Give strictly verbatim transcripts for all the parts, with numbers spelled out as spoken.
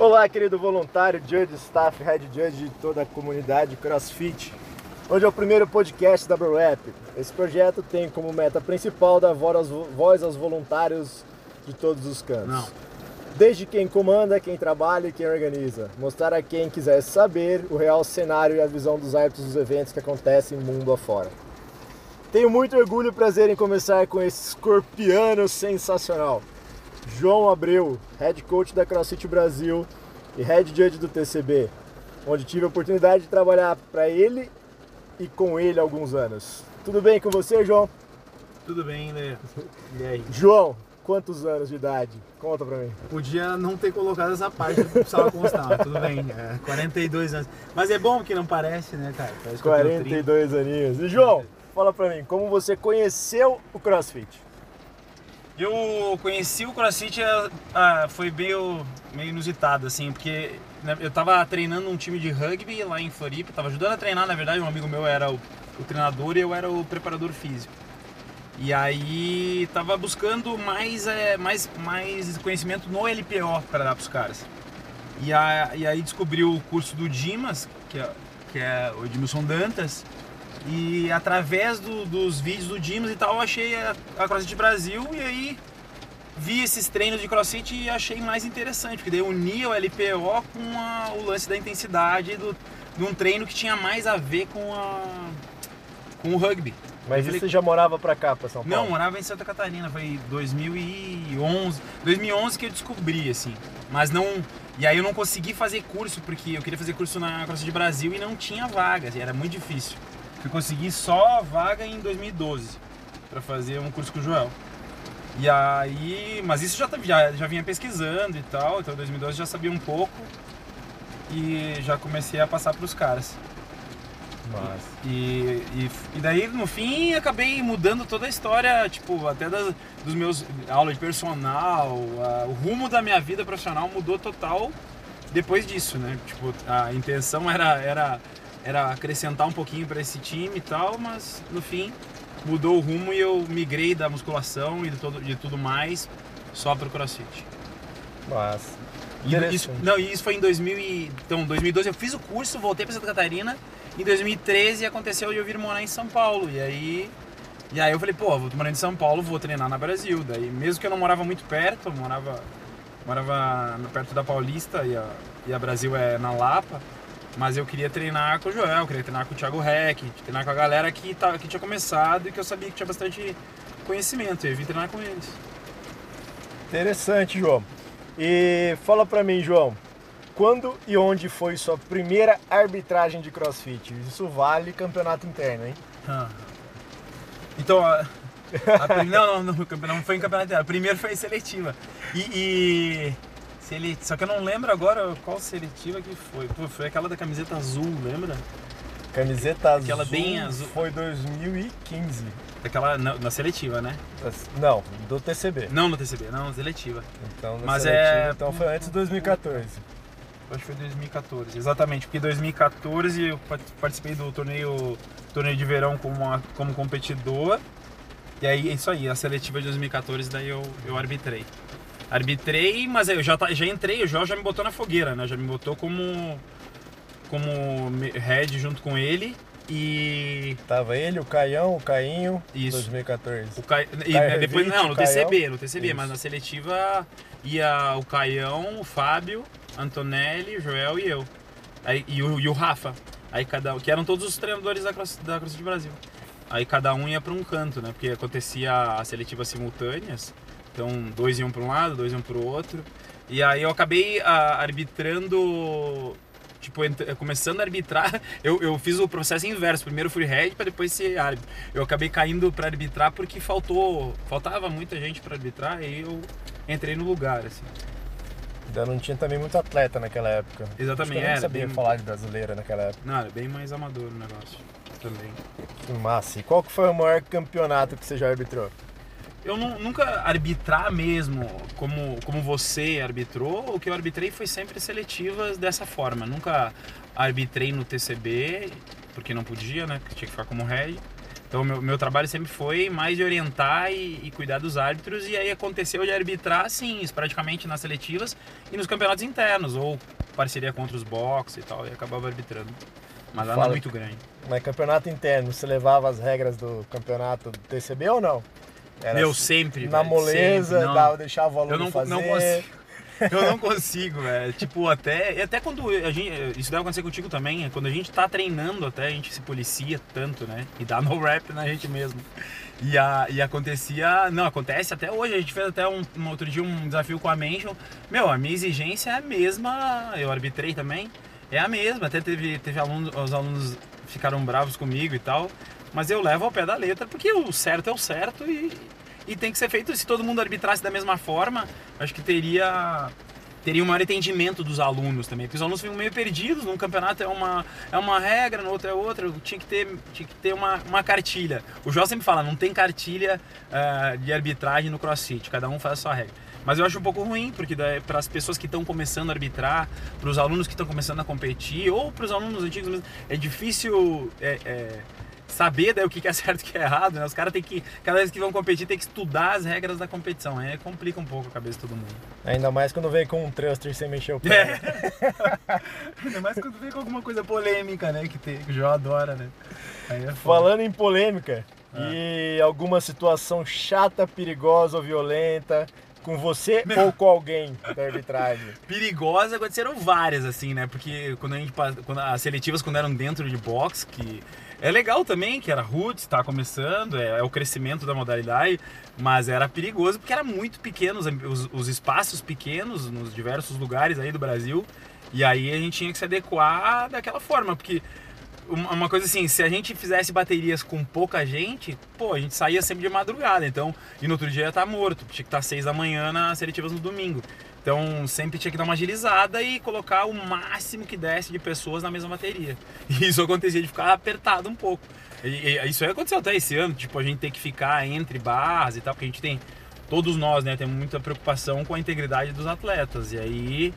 Olá, querido voluntário, judge, staff, head judge de toda a comunidade CrossFit. Hoje é o primeiro podcast da BroRap. Esse projeto tem como meta principal dar voz aos voluntários de todos os cantos. Não. Desde quem comanda, quem trabalha e quem organiza. Mostrar a quem quiser saber o real cenário e a visão dos árbitros dos eventos que acontecem mundo afora. Tenho muito orgulho e prazer em começar com esse escorpiano sensacional. João Abreu, Head Coach da CrossFit Brasil e Head Judge do T C B, onde tive a oportunidade de trabalhar para ele e com ele há alguns anos. Tudo bem com você, João? Tudo bem, né? E aí? João, quantos anos de idade? Conta pra mim. Podia não ter colocado essa parte que precisava constar, tudo bem. É, quarenta e dois anos. Mas é bom que não parece, né, cara? Parece que quarenta e dois aninhos. E João, fala pra mim, como você conheceu o CrossFit? Eu conheci o CrossFit, ah, foi meio, meio inusitado, assim, porque né, eu tava treinando um time de rugby lá em Floripa, tava ajudando a treinar, na verdade, um amigo meu era o, o treinador e eu era o preparador físico. E aí tava buscando mais, é, mais, mais conhecimento no L P O para dar pros caras. E, a, e aí descobri o curso do Dimas, que é, que é o Edmilson Dantas, e através do, dos vídeos do Dimas e tal, eu achei a, a CrossFit Brasil e aí vi esses treinos de CrossFit e achei mais interessante, porque daí unia o L P O com a, o lance da intensidade do, de um treino que tinha mais a ver com, a, com o rugby. Mas falei, você já morava pra cá, pra São Paulo? Não, morava em Santa Catarina, foi em dois mil e onze, dois mil e onze que eu descobri, assim, mas não... E aí eu não consegui fazer curso, porque eu queria fazer curso na CrossFit Brasil e não tinha vagas, era muito difícil. Eu consegui só a vaga em dois mil e doze para fazer um curso com o Joel. E aí, mas isso já, já, já vinha pesquisando e tal, então em dois mil e doze já sabia um pouco e já comecei a passar para os caras. Mas... E, e, e daí no fim acabei mudando toda a história, tipo, até das, dos meus aulas de personal, a, o rumo da minha vida profissional mudou total depois disso, né? Tipo, a intenção era, era, era acrescentar um pouquinho para esse time e tal, mas no fim mudou o rumo e eu migrei da musculação e de, todo, de tudo mais só para o CrossFit. Mas... E isso, não, isso foi em dois mil e, então, dois mil e doze eu fiz o curso, voltei para Santa Catarina. Em dois mil e treze aconteceu de eu vir morar em São Paulo, e aí, e aí eu falei, pô, vou morar em São Paulo, vou treinar na Brasil. Daí, mesmo que eu não morava muito perto, eu morava, morava perto da Paulista e a, e a Brasil é na Lapa, mas eu queria treinar com o Joel, queria treinar com o Thiago Reck, treinar com a galera que, tá, que tinha começado e que eu sabia que tinha bastante conhecimento, e eu vim treinar com eles. Interessante, João. E fala pra mim, João, quando e onde foi sua primeira arbitragem de CrossFit? Isso vale campeonato interno, hein? Ah. Então, a, a, não, não, não, não foi em campeonato interno. A primeira foi seletiva. E, e sele, só que eu não lembro agora qual seletiva que foi. Pô, foi aquela da camiseta azul, lembra? Camiseta azul, aquela bem azul. Foi dois mil e quinze. Aquela na, na seletiva, né? Não, do T C B. Não no T C B, não, seletiva. Então, Mas seletiva, é... então foi antes de dois mil e quatorze. Acho que foi dois mil e quatorze, exatamente, porque em dois mil e quatorze eu participei do torneio, torneio de verão como, uma, como competidor. E aí é isso aí, a seletiva de dois mil e quatorze daí eu, eu arbitrei. Arbitrei, mas eu já, já entrei, o João já me botou na fogueira, né? Já me botou como, como head junto com ele. E... Tava ele, o Caião, o Cainho, isso. dois mil e quatorze. O Ca... E Caio depois, Revite, não, no T C B, Caião. no T C B, Isso. mas na seletiva ia o Caião, o Fábio, Antonelli, o Joel e eu. Aí, e, o, e o Rafa. Aí cada, que eram todos os treinadores da CrossFit da CrossFit Brasil. Aí cada um ia para um canto, né? Porque acontecia as seletivas simultâneas. Então dois iam para um lado, dois iam para o outro. E aí eu acabei a, arbitrando... Tipo, começando a arbitrar, eu, eu fiz o processo inverso. Primeiro fui head para depois ser árbitro. Eu acabei caindo para arbitrar porque faltou, faltava muita gente para arbitrar e eu entrei no lugar, assim. Ainda não tinha também muito atleta naquela época. Exatamente, eu nem era. sabia bem... falar de brasileira naquela época. Não, era bem mais amador o negócio também. Que massa. E qual que foi o maior campeonato que você já arbitrou? Eu não, nunca arbitrar mesmo como, como você arbitrou. O que eu arbitrei foi sempre seletivas dessa forma. Nunca arbitrei no T C B, porque não podia, né? Porque tinha que ficar como head. Então meu, meu trabalho sempre foi mais de orientar e, e cuidar dos árbitros, e aí aconteceu de arbitrar, assim, praticamente nas seletivas e nos campeonatos internos, ou parceria contra os boxes e tal, e acabava arbitrando. Mas lá não é muito grande. Mas campeonato interno, você levava as regras do campeonato do T C B ou não? Era eu sempre, na velho, moleza, sempre, dava, deixava o aluno eu não, fazer. Não consigo. Eu não consigo, velho. Tipo, até, até quando a gente. Isso deve acontecer contigo também. Quando a gente tá treinando, até a gente se policia tanto, né? E dá no rap na gente mesmo. E, a, e acontecia. Não, acontece até hoje. A gente fez até um, um outro dia um desafio com a Mention. Meu, a minha exigência é a mesma. Eu arbitrei também. É a mesma. Até teve, teve alunos. Os alunos ficaram bravos comigo e tal. Mas eu levo ao pé da letra, porque o certo é o certo e. E tem que ser feito, se todo mundo arbitrasse da mesma forma, acho que teria, teria um maior entendimento dos alunos também. Porque os alunos ficam meio perdidos, num campeonato é uma, é uma regra, no outro é outra, tinha que ter, tinha que ter uma, uma cartilha. O Jó sempre fala, não tem cartilha uh, de arbitragem no CrossFit, cada um faz a sua regra. Mas eu acho um pouco ruim, porque para as pessoas que estão começando a arbitrar, para os alunos que estão começando a competir, ou para os alunos antigos mesmo, é difícil... É, é, saber daí o que é certo e o que é errado, né? Os caras tem que, cada vez que vão competir, tem que estudar as regras da competição. Aí complica um pouco a cabeça de todo mundo. Ainda mais quando vem com um thruster sem mexer o pé. É. Ainda mais quando vem com alguma coisa polêmica, né? Que, tem, que o João adora, né? Aí é Falando em polêmica, ah. e alguma situação chata, perigosa ou violenta com você Meu. ou com alguém da arbitragem? Perigosa, aconteceram várias, assim, né? Porque quando a gente quando as seletivas, quando eram dentro de boxe, que é legal também, que era roots, tá começando, é, é o crescimento da modalidade, mas era perigoso porque era muito pequeno, os, os espaços pequenos nos diversos lugares aí do Brasil, e aí a gente tinha que se adequar daquela forma, porque uma coisa assim, se a gente fizesse baterias com pouca gente, pô, a gente saía sempre de madrugada, então, e no outro dia ia estar morto, tinha que estar seis da manhã nas seletivas no domingo. Então sempre tinha que dar uma agilizada e colocar o máximo que desse de pessoas na mesma bateria. E isso acontecia de ficar apertado um pouco. E, e, isso aí aconteceu até esse ano, tipo, a gente tem que ficar entre barras e tal, porque a gente tem, todos nós, né, temos muita preocupação com a integridade dos atletas. E aí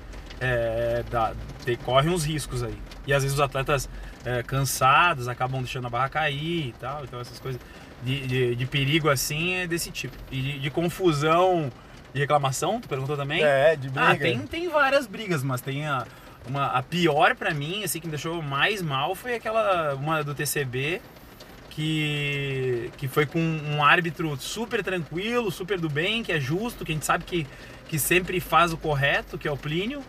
é, dá, tem, correm uns riscos aí. E às vezes os atletas é, cansados acabam deixando a barra cair e tal. Então essas coisas de, de, de perigo assim é desse tipo. E de, de confusão... De reclamação, tu perguntou também? É, de briga. Ah, tem, tem várias brigas, mas tem a, uma, a pior pra mim, assim, que me deixou mais mal foi aquela, uma do T C B, que, que foi com um árbitro super tranquilo, super do bem, que é justo, que a gente sabe que, que sempre faz o correto, que é o Plínio,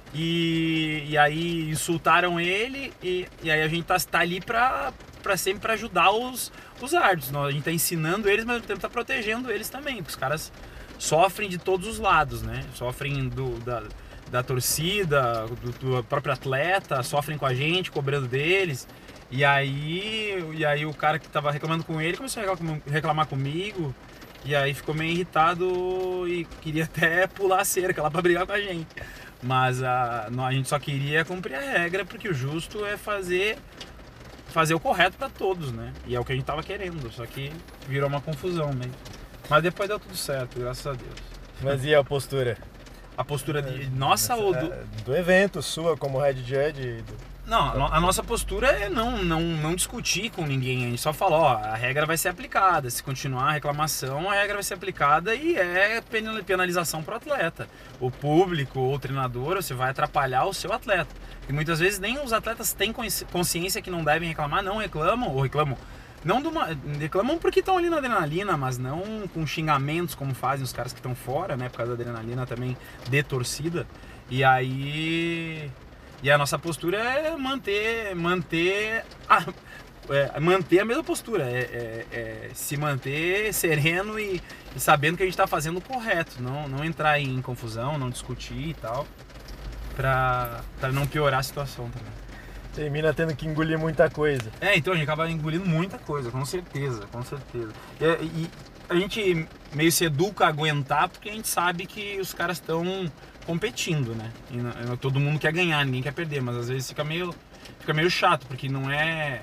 e, e aí insultaram ele, e, e aí a gente tá, tá ali pra, pra sempre pra ajudar os, os árbitros. A gente tá ensinando eles, mas ao mesmo tempo tá protegendo eles também, porque os caras sofrem de todos os lados, né? Sofrem do, da, da torcida, do, do próprio atleta, sofrem com a gente, cobrando deles. E aí, e aí o cara que tava reclamando com ele começou a reclamar comigo. E aí ficou meio irritado e queria até pular a cerca lá pra brigar com a gente. Mas a, a gente só queria cumprir a regra, porque o justo é fazer, fazer o correto para todos, né? E é o que a gente tava querendo, só que virou uma confusão mesmo. Mas depois deu tudo certo, graças a Deus. Mas e a postura? A postura de nossa ou do... do evento, sua como head judge? Do... Não, a nossa postura é não, não, não discutir com ninguém. A gente só fala, ó, a regra vai ser aplicada. Se continuar a reclamação, a regra vai ser aplicada e é penalização para o atleta. O público ou o treinador, você vai atrapalhar o seu atleta. E muitas vezes nem os atletas têm consciência que não devem reclamar, não reclamam ou reclamam. Não do uma, reclamam porque estão ali na adrenalina, mas não com xingamentos como fazem os caras que estão fora, né? Por causa da adrenalina também de torcida. E aí... E a nossa postura é manter, manter, a, é, manter a mesma postura. É, é, é se manter sereno e, e sabendo que a gente está fazendo o correto. Não, não entrar em confusão, não discutir e tal. Pra, pra não piorar a situação também. Termina tendo que engolir muita coisa. É, então a gente acaba engolindo muita coisa, com certeza, com certeza. E, e a gente meio se educa a aguentar porque a gente sabe que os caras estão competindo, né? E não, todo mundo quer ganhar, ninguém quer perder, mas às vezes fica meio, fica meio chato, porque não é...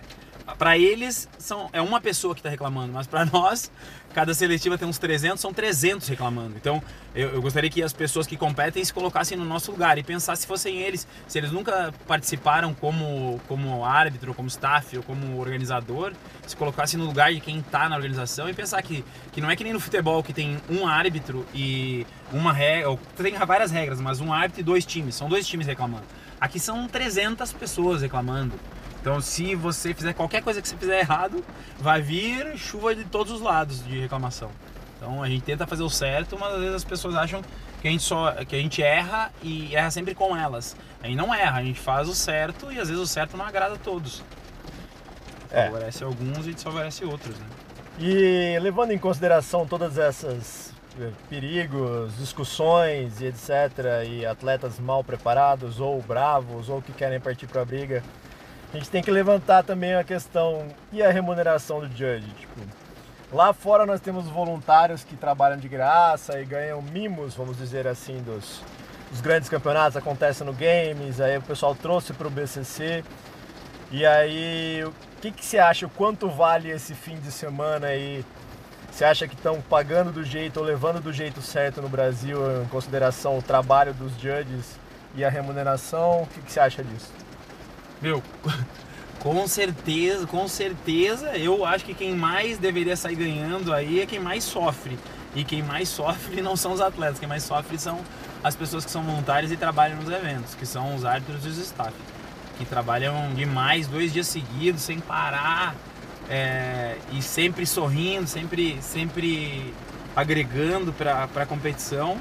Para eles são, é uma pessoa que está reclamando, mas para nós, cada seletiva tem uns trezentos, são trezentos reclamando. Então eu, eu gostaria que as pessoas que competem se colocassem no nosso lugar e pensassem se fossem eles, se eles nunca participaram como, como árbitro, como staff ou como organizador, se colocassem no lugar de quem está na organização e pensar que, que não é que nem no futebol que tem um árbitro e uma regra, tem várias regras, mas um árbitro e dois times, são dois times reclamando. Aqui são trezentas pessoas reclamando. Então, se você fizer qualquer coisa que você fizer errado, vai vir chuva de todos os lados de reclamação. Então, a gente tenta fazer o certo, mas às vezes as pessoas acham que a gente, só, que a gente erra e erra sempre com elas. A gente não erra, a gente faz o certo e às vezes o certo não agrada a todos. É. Favorece alguns e desfavorece outros, né? E levando em consideração todas essas perigos, discussões e etcétera, e atletas mal preparados ou bravos ou que querem partir para a briga, a gente tem que levantar também a questão e a remuneração do judge. Tipo, lá fora nós temos voluntários que trabalham de graça e ganham mimos, vamos dizer assim, dos, dos grandes campeonatos, acontece no Games, aí o pessoal trouxe para o B C C. E aí, o que, que você acha, o quanto vale esse fim de semana aí? Você acha que estão pagando do jeito ou levando do jeito certo no Brasil, em consideração o trabalho dos judges e a remuneração? O que, que você acha disso? Meu, com certeza, com certeza, eu acho que quem mais deveria sair ganhando aí é quem mais sofre. E quem mais sofre não são os atletas, quem mais sofre são as pessoas que são voluntárias e trabalham nos eventos, que são os árbitros e os staff, que trabalham demais, dois dias seguidos, sem parar, é, e sempre sorrindo, sempre, sempre agregando para a competição.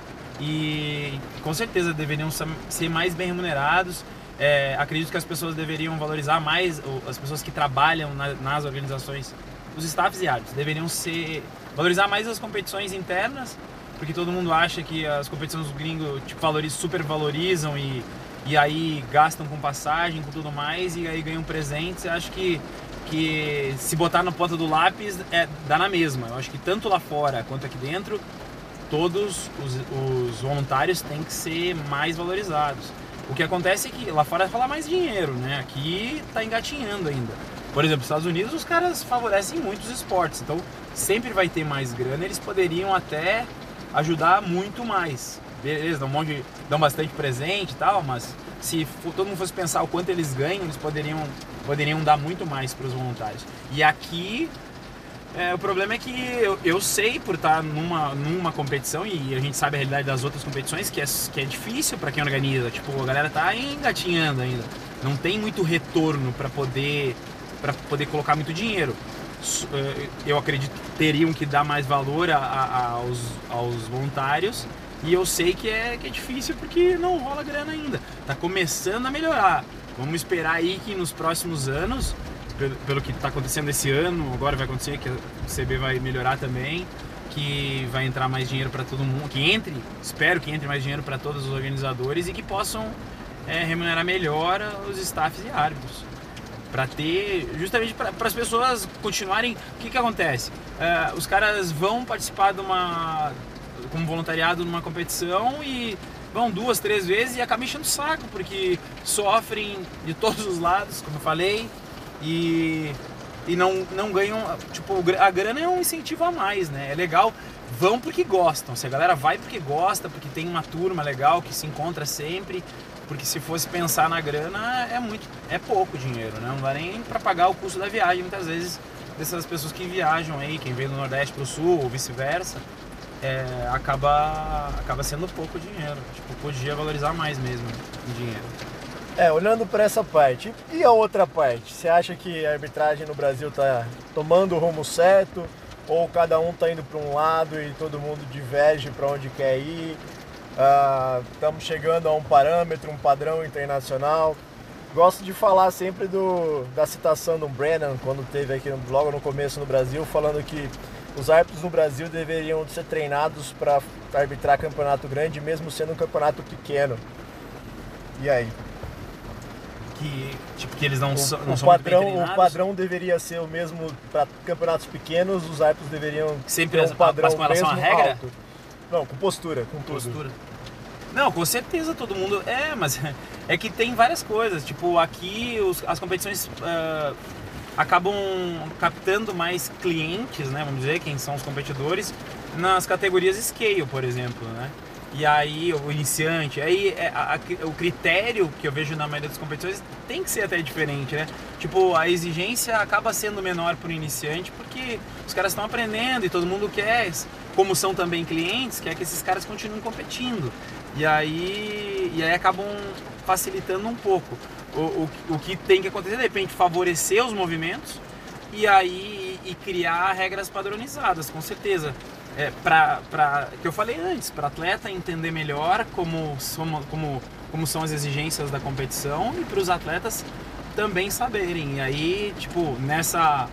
E com certeza deveriam ser mais bem remunerados. É, acredito que as pessoas deveriam valorizar mais as pessoas que trabalham na, nas organizações, os staffs e árbitros deveriam ser, valorizar mais as competições internas, porque todo mundo acha que as competições do gringo tipo, valorizam, super valorizam e, e aí gastam com passagem, com tudo mais, e aí ganham presentes. Eu acho que, que se botar na ponta do lápis é, dá na mesma. Eu acho que tanto lá fora quanto aqui dentro, todos os, os voluntários têm que ser mais valorizados. O que acontece é que lá fora fala mais dinheiro, né? Aqui tá engatinhando ainda. Por exemplo, nos Estados Unidos os caras favorecem muito os esportes, então sempre vai ter mais grana, eles poderiam até ajudar muito mais. Beleza, dão, um monte de, dão bastante presente e tal, mas se for, todo mundo fosse pensar o quanto eles ganham, eles poderiam, poderiam dar muito mais para os voluntários. E aqui... É, o problema é que eu, eu sei, por estar numa, numa competição, e a gente sabe a realidade das outras competições, que é, que é difícil para quem organiza. Tipo, a galera tá engatinhando ainda. Não tem muito retorno para poder, para poder colocar muito dinheiro. Eu acredito que teriam que dar mais valor a, a, aos, aos voluntários. E eu sei que é, que é difícil porque não rola grana ainda. Tá começando a melhorar. Vamos esperar aí que nos próximos anos... Pelo, pelo que está acontecendo esse ano, agora vai acontecer que o C B vai melhorar também, que vai entrar mais dinheiro para todo mundo, que entre, espero que entre mais dinheiro para todos os organizadores e que possam é, remunerar melhor os staffs e árbitros, para ter, justamente para as pessoas continuarem. O que que acontece? É, os caras vão participar de uma, como voluntariado numa competição e vão duas, três vezes e acabam enchendo o saco, porque sofrem de todos os lados, como eu falei. E, e não, não ganham, tipo, a grana é um incentivo a mais, né? É legal, vão porque gostam. Se a galera vai porque gosta, porque tem uma turma legal que se encontra sempre, porque se fosse pensar na grana é muito, é pouco dinheiro, né? Não dá nem para pagar o custo da viagem muitas vezes dessas pessoas que viajam aí, quem vem do Nordeste para o Sul ou vice-versa, é, acaba, acaba sendo pouco dinheiro. Tipo, podia valorizar mais mesmo o dinheiro. É, olhando para essa parte, e a outra parte? Você acha que a arbitragem no Brasil está tomando o rumo certo? Ou cada um está indo para um lado e todo mundo diverge para onde quer ir? Estamos uh, chegando a um parâmetro, um padrão internacional. Gosto de falar sempre do, da citação do Brennan, quando teve aqui logo no começo no Brasil, falando que os árbitros no Brasil deveriam ser treinados para arbitrar campeonato grande, mesmo sendo um campeonato pequeno. E aí? Que, tipo, que eles não, o, so, não o são padrão, muito bem treinados. O padrão deveria ser o mesmo para campeonatos pequenos, os árbitros deveriam sempre ter um padrão com relação mesmo à regra? alto. Não, com postura, com tudo. Postura. Não, com certeza todo mundo... É, mas é que tem várias coisas. Tipo, aqui os, as competições uh, acabam captando mais clientes, né, vamos dizer, quem são os competidores, nas categorias scale, por exemplo, né? E aí, o iniciante, aí a, a, o critério que eu vejo na maioria das competições tem que ser até diferente, né? Tipo, a exigência acaba sendo menor para o iniciante porque os caras estão aprendendo e todo mundo quer, como são também clientes, quer que esses caras continuem competindo. E aí, e aí acabam facilitando um pouco. O, o, o que tem que acontecer, de repente, favorecer os movimentos e aí e criar regras padronizadas, com certeza. É, pra, pra, que eu falei antes, para atleta entender melhor como, como, como, como são as exigências da competição e para os atletas também saberem. E aí, tipo, nessa,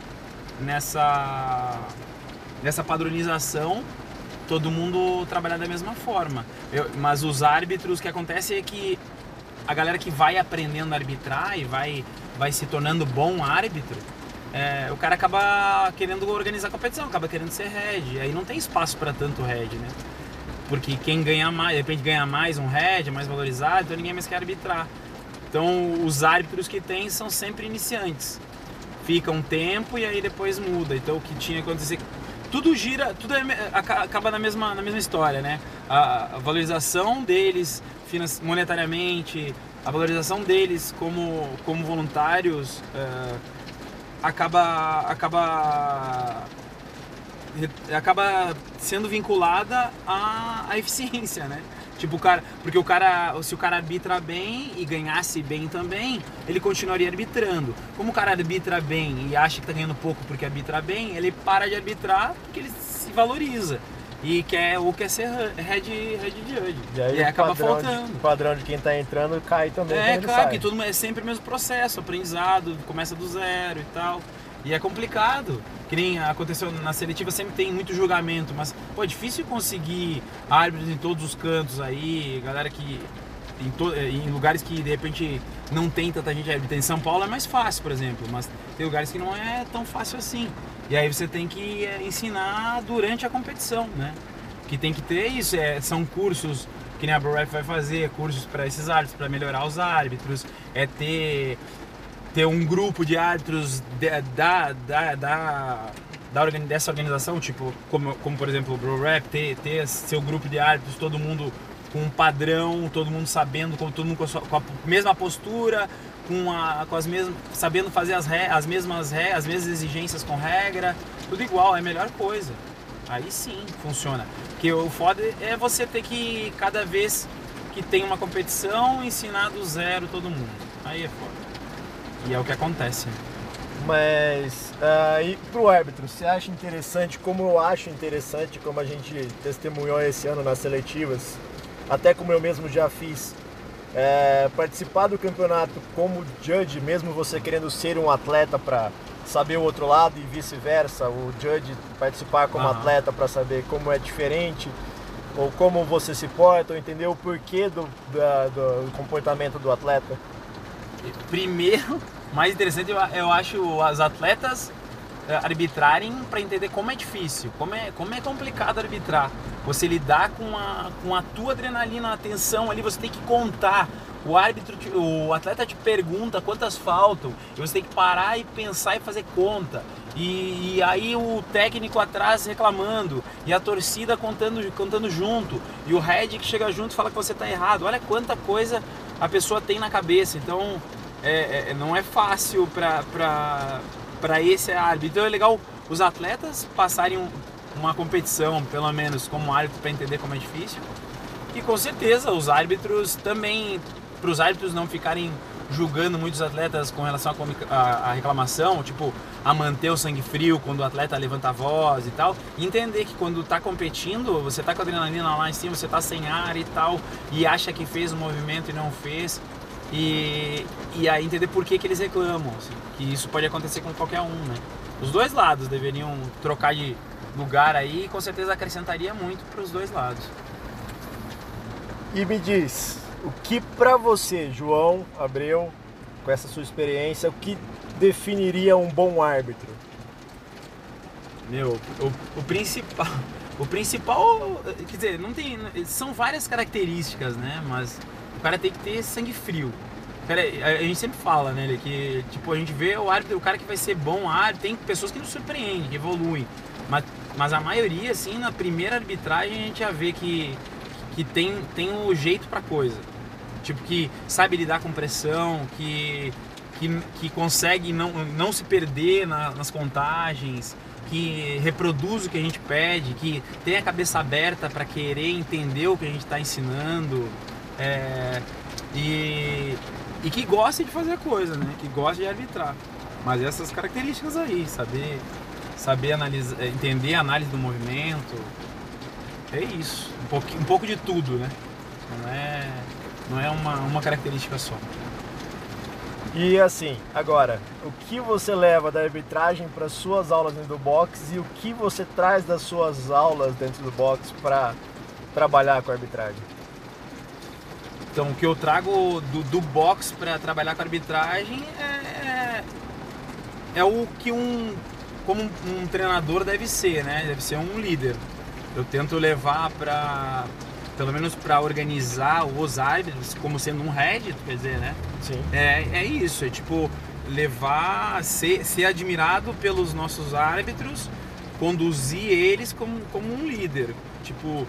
nessa, nessa padronização, todo mundo trabalhar da mesma forma. Eu, mas os árbitros, o que acontece é que a galera que vai aprendendo a arbitrar e vai, vai se tornando bom árbitro, É, o cara acaba querendo organizar a competição, acaba querendo ser head, aí não tem espaço para tanto head, né? Porque quem ganha mais, de repente ganha mais um head, é mais valorizado, então ninguém mais quer arbitrar. Então os árbitros que tem são sempre iniciantes. Fica um tempo e aí depois muda. Então o que tinha que acontecer, tudo gira, tudo é, acaba na mesma, na mesma história, né? A, a valorização deles monetariamente, a valorização deles como, como voluntários, uh, acaba acaba acaba sendo vinculada à, à eficiência, né? Tipo, o cara, porque o cara, se o cara arbitra bem e ganhasse bem também, ele continuaria arbitrando. Como o cara arbitra bem e acha que tá ganhando pouco porque arbitra bem, ele para de arbitrar porque ele se valoriza. E quer, ou quer ser head, head judge. E aí, e aí acaba padrão faltando. De, o padrão de quem está entrando cai também. É, ele claro, sai. que todo mundo é sempre o mesmo processo, aprendizado, começa do zero e tal. E é complicado. Que nem aconteceu na seletiva, sempre tem muito julgamento, mas pô, é difícil conseguir árbitros em todos os cantos aí, galera que. Em, to, em lugares que de repente não tem tanta gente árbitra. Em São Paulo é mais fácil, por exemplo, mas tem lugares que não é tão fácil assim. E aí você tem que ensinar durante a competição, né? Que tem que ter isso, é, são cursos que nem a BroRef vai fazer, cursos para esses árbitros, para melhorar os árbitros, é ter, ter um grupo de árbitros de, da, da, da, da, dessa organização, tipo, como, como por exemplo o BroRef, ter, ter seu grupo de árbitros, todo mundo com um padrão, todo mundo sabendo, com, todo mundo com a, sua, com a mesma postura, com, a, com as mesmas, sabendo fazer as, re, as mesmas re, as mesmas exigências com regra, tudo igual, é a melhor coisa. Aí sim funciona. Porque o foda é você ter que, cada vez que tem uma competição, ensinar do zero todo mundo. Aí é foda. E é o que acontece. Mas, uh, e pro árbitro, você acha interessante, como eu acho interessante, como a gente testemunhou esse ano nas seletivas, até como eu mesmo já fiz, é, participar do campeonato como judge, mesmo você querendo ser um atleta para saber o outro lado e vice-versa, o judge participar como uhum. atleta para saber como é diferente, ou como você se porta, ou entender o porquê do, da, do comportamento do atleta? Primeiro, mais interessante, eu, eu acho as atletas arbitrarem para entender como é difícil, como é, como é complicado arbitrar. Você lidar com a, com a tua adrenalina, a atenção ali, você tem que contar. O árbitro, te, o atleta te pergunta quantas faltam, e você tem que parar e pensar e fazer conta. E, e aí o técnico atrás reclamando, e a torcida contando, contando junto, e o head que chega junto fala que você está errado. Olha quanta coisa a pessoa tem na cabeça. Então é, é, não é fácil para esse árbitro. Então é legal os atletas passarem um, uma competição, pelo menos como árbitro, para entender como é difícil. E com certeza os árbitros também, para os árbitros não ficarem julgando muitos atletas com relação à reclamação, tipo, a manter o sangue frio quando o atleta levanta a voz e tal, e entender que quando está competindo, você está com a adrenalina lá em cima, você está sem ar e tal, e acha que fez o movimento e não fez, e, e aí entender por que, que eles reclamam, assim, que isso pode acontecer com qualquer um, né? Os dois lados deveriam trocar de lugar aí, e com certeza acrescentaria muito para os dois lados. E me diz, o que pra você, João Abreu, com essa sua experiência, o que definiria um bom árbitro? Meu, o, o principal, o principal, quer dizer, não tem, são várias características, né? Mas o cara tem que ter sangue frio. Cara, a gente sempre fala, né, que tipo, a gente vê o árbitro, o cara que vai ser bom árbitro, tem pessoas que nos surpreendem, que evoluem, mas, mas a maioria, assim, na primeira arbitragem a gente já vê que, que tem, tem o jeito pra coisa, tipo, que sabe lidar com pressão, que, que, que consegue não, não se perder na, nas contagens, que reproduz o que a gente pede, que tem a cabeça aberta para querer entender o que a gente está ensinando, é, e, e que gosta de fazer coisa, né? Que gosta de arbitrar. Mas essas características aí, saber, saber analisar, entender a análise do movimento, é isso. Um pouco, um pouco de tudo, né? Não é, não é uma, uma característica só. E assim, agora, o que você leva da arbitragem para suas aulas dentro do box e o que você traz das suas aulas dentro do box para trabalhar com a arbitragem? Então, o que eu trago do, do box para trabalhar com a arbitragem é, é, é o que um, como um, um treinador deve ser, né? Deve ser um líder. Eu tento levar para, pelo menos para organizar os árbitros como sendo um head, quer dizer, né? Sim. É, é isso, é tipo levar, ser, ser admirado pelos nossos árbitros, conduzir eles como, como um líder, tipo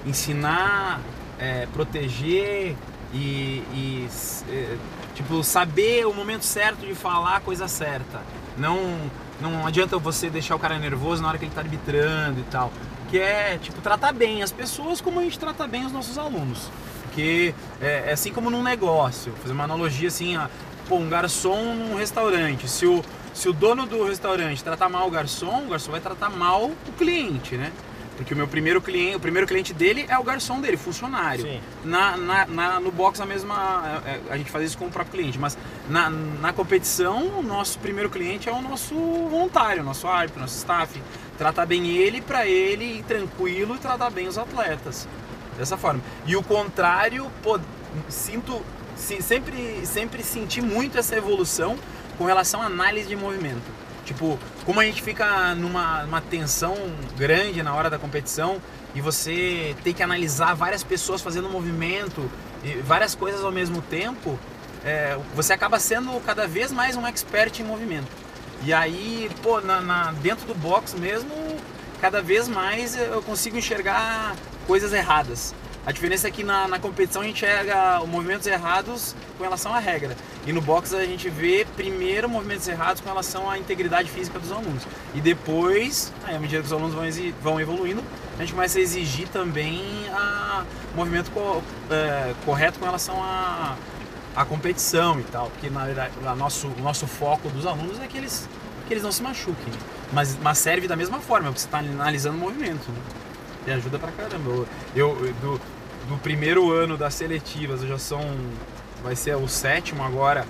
ensinar, é, proteger e, e é, tipo saber o momento certo de falar a coisa certa. Não, não adianta você deixar o cara nervoso na hora que ele está arbitrando e tal. Que é, tipo, tratar bem as pessoas como a gente trata bem os nossos alunos. Porque é, é assim como num negócio, fazer uma analogia assim, a, pô, um garçom num restaurante. Se o, se o dono do restaurante tratar mal o garçom, o garçom vai tratar mal o cliente, né? Porque o meu primeiro cliente, o primeiro cliente dele é o garçom dele, funcionário. Sim. Na, na, na, no box a mesma, a gente faz isso com o próprio cliente, mas na, na competição o nosso primeiro cliente é o nosso voluntário, o nosso árbitro, nosso staff. Tratar bem ele para ele ir tranquilo e tratar bem os atletas. Dessa forma. E o contrário, pô, sinto, sempre, sempre senti muito essa evolução com relação à análise de movimento. Tipo, como a gente fica numa, numa tensão grande na hora da competição e você tem que analisar várias pessoas fazendo movimento e várias coisas ao mesmo tempo, é, você acaba sendo cada vez mais um expert em movimento. E aí, pô, na, na, dentro do box mesmo, cada vez mais eu consigo enxergar coisas erradas. A diferença é que na, na competição a gente enxerga movimentos errados com relação à regra. E no box a gente vê primeiro movimentos errados com relação à integridade física dos alunos. E depois, aí, à medida que os alunos vão, vão evoluindo, a gente começa a exigir também a movimento co, é, correto com relação à a, a competição e tal. Porque na verdade a nosso, o nosso foco dos alunos é que eles, que eles não se machuquem. Mas, mas serve da mesma forma, porque você está analisando o movimento, né? E ajuda pra caramba. Eu, eu do, do primeiro ano das seletivas, eu já são, vai ser o sétimo agora,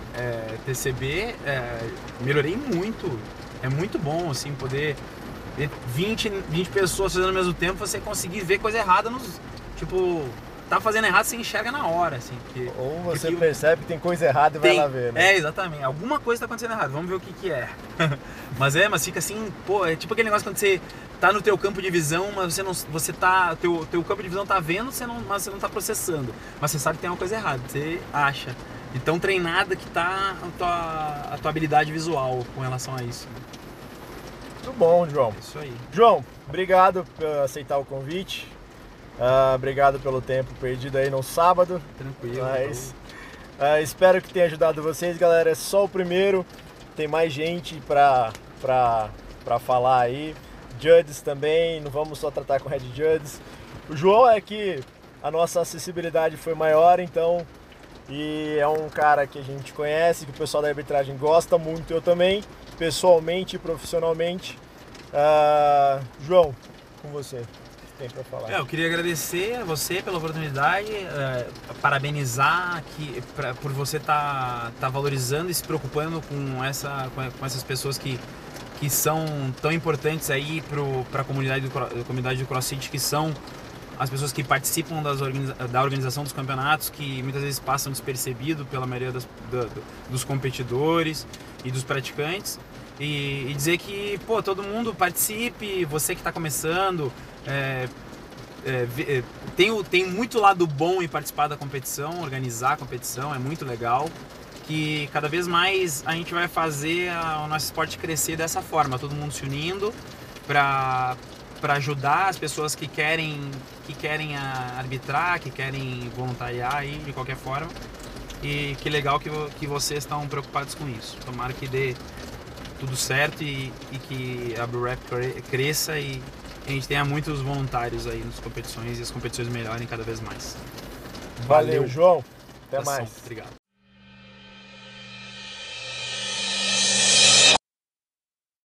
é, T C B, é, melhorei muito. É muito bom, assim, poder ver vinte, vinte pessoas fazendo ao mesmo tempo, você conseguir ver coisa errada nos, tipo, tá fazendo errado, você enxerga na hora, assim. Porque, Ou você porque percebe que tem coisa errada e tem, vai lá ver, né? É, exatamente. Alguma coisa tá acontecendo errado, vamos ver o que que é. Mas é, mas fica assim, pô, é tipo aquele negócio quando você tá no teu campo de visão, mas você não, você tá, teu, teu campo de visão tá vendo, você não, mas você não tá processando. Mas você sabe que tem uma coisa errada, você acha. E tão treinada que tá a tua, a tua habilidade visual com relação a isso. Muito bom, João. Isso aí. João, obrigado por aceitar o convite. Uh, obrigado pelo tempo perdido aí no sábado. Tranquilo. Mas, uh, espero que tenha ajudado vocês, galera. É só o primeiro. Tem mais gente pra, pra, pra falar aí. Judges também, não vamos só tratar com Head Judges. O João é que a nossa acessibilidade foi maior, então, e é um cara que a gente conhece, que o pessoal da arbitragem gosta muito, eu também, pessoalmente e profissionalmente. Uh, João, com você, o que tem pra falar? É, eu queria agradecer a você pela oportunidade, é, parabenizar que, pra, por você estar tá, tá valorizando e se preocupando com, essa, com essas pessoas que que são tão importantes aí para a comunidade do, comunidade do CrossFit, que são as pessoas que participam das organiza, da organização dos campeonatos, que muitas vezes passam despercebido pela maioria das, do, dos competidores e dos praticantes, e, e dizer que, pô, todo mundo participe, você que está começando, é, é, é, tem, tem muito lado bom em participar da competição, organizar a competição, é muito legal. Que cada vez mais a gente vai fazer a, o nosso esporte crescer dessa forma, todo mundo se unindo para para ajudar as pessoas que querem que querem arbitrar, que querem voluntariar aí de qualquer forma. E que legal que, que vocês estão preocupados com isso. Tomara que dê tudo certo e, e que a Blue Rap cresça e a gente tenha muitos voluntários aí nas competições e as competições melhorem cada vez mais. Valeu, Valeu João. Até mais. Obrigado.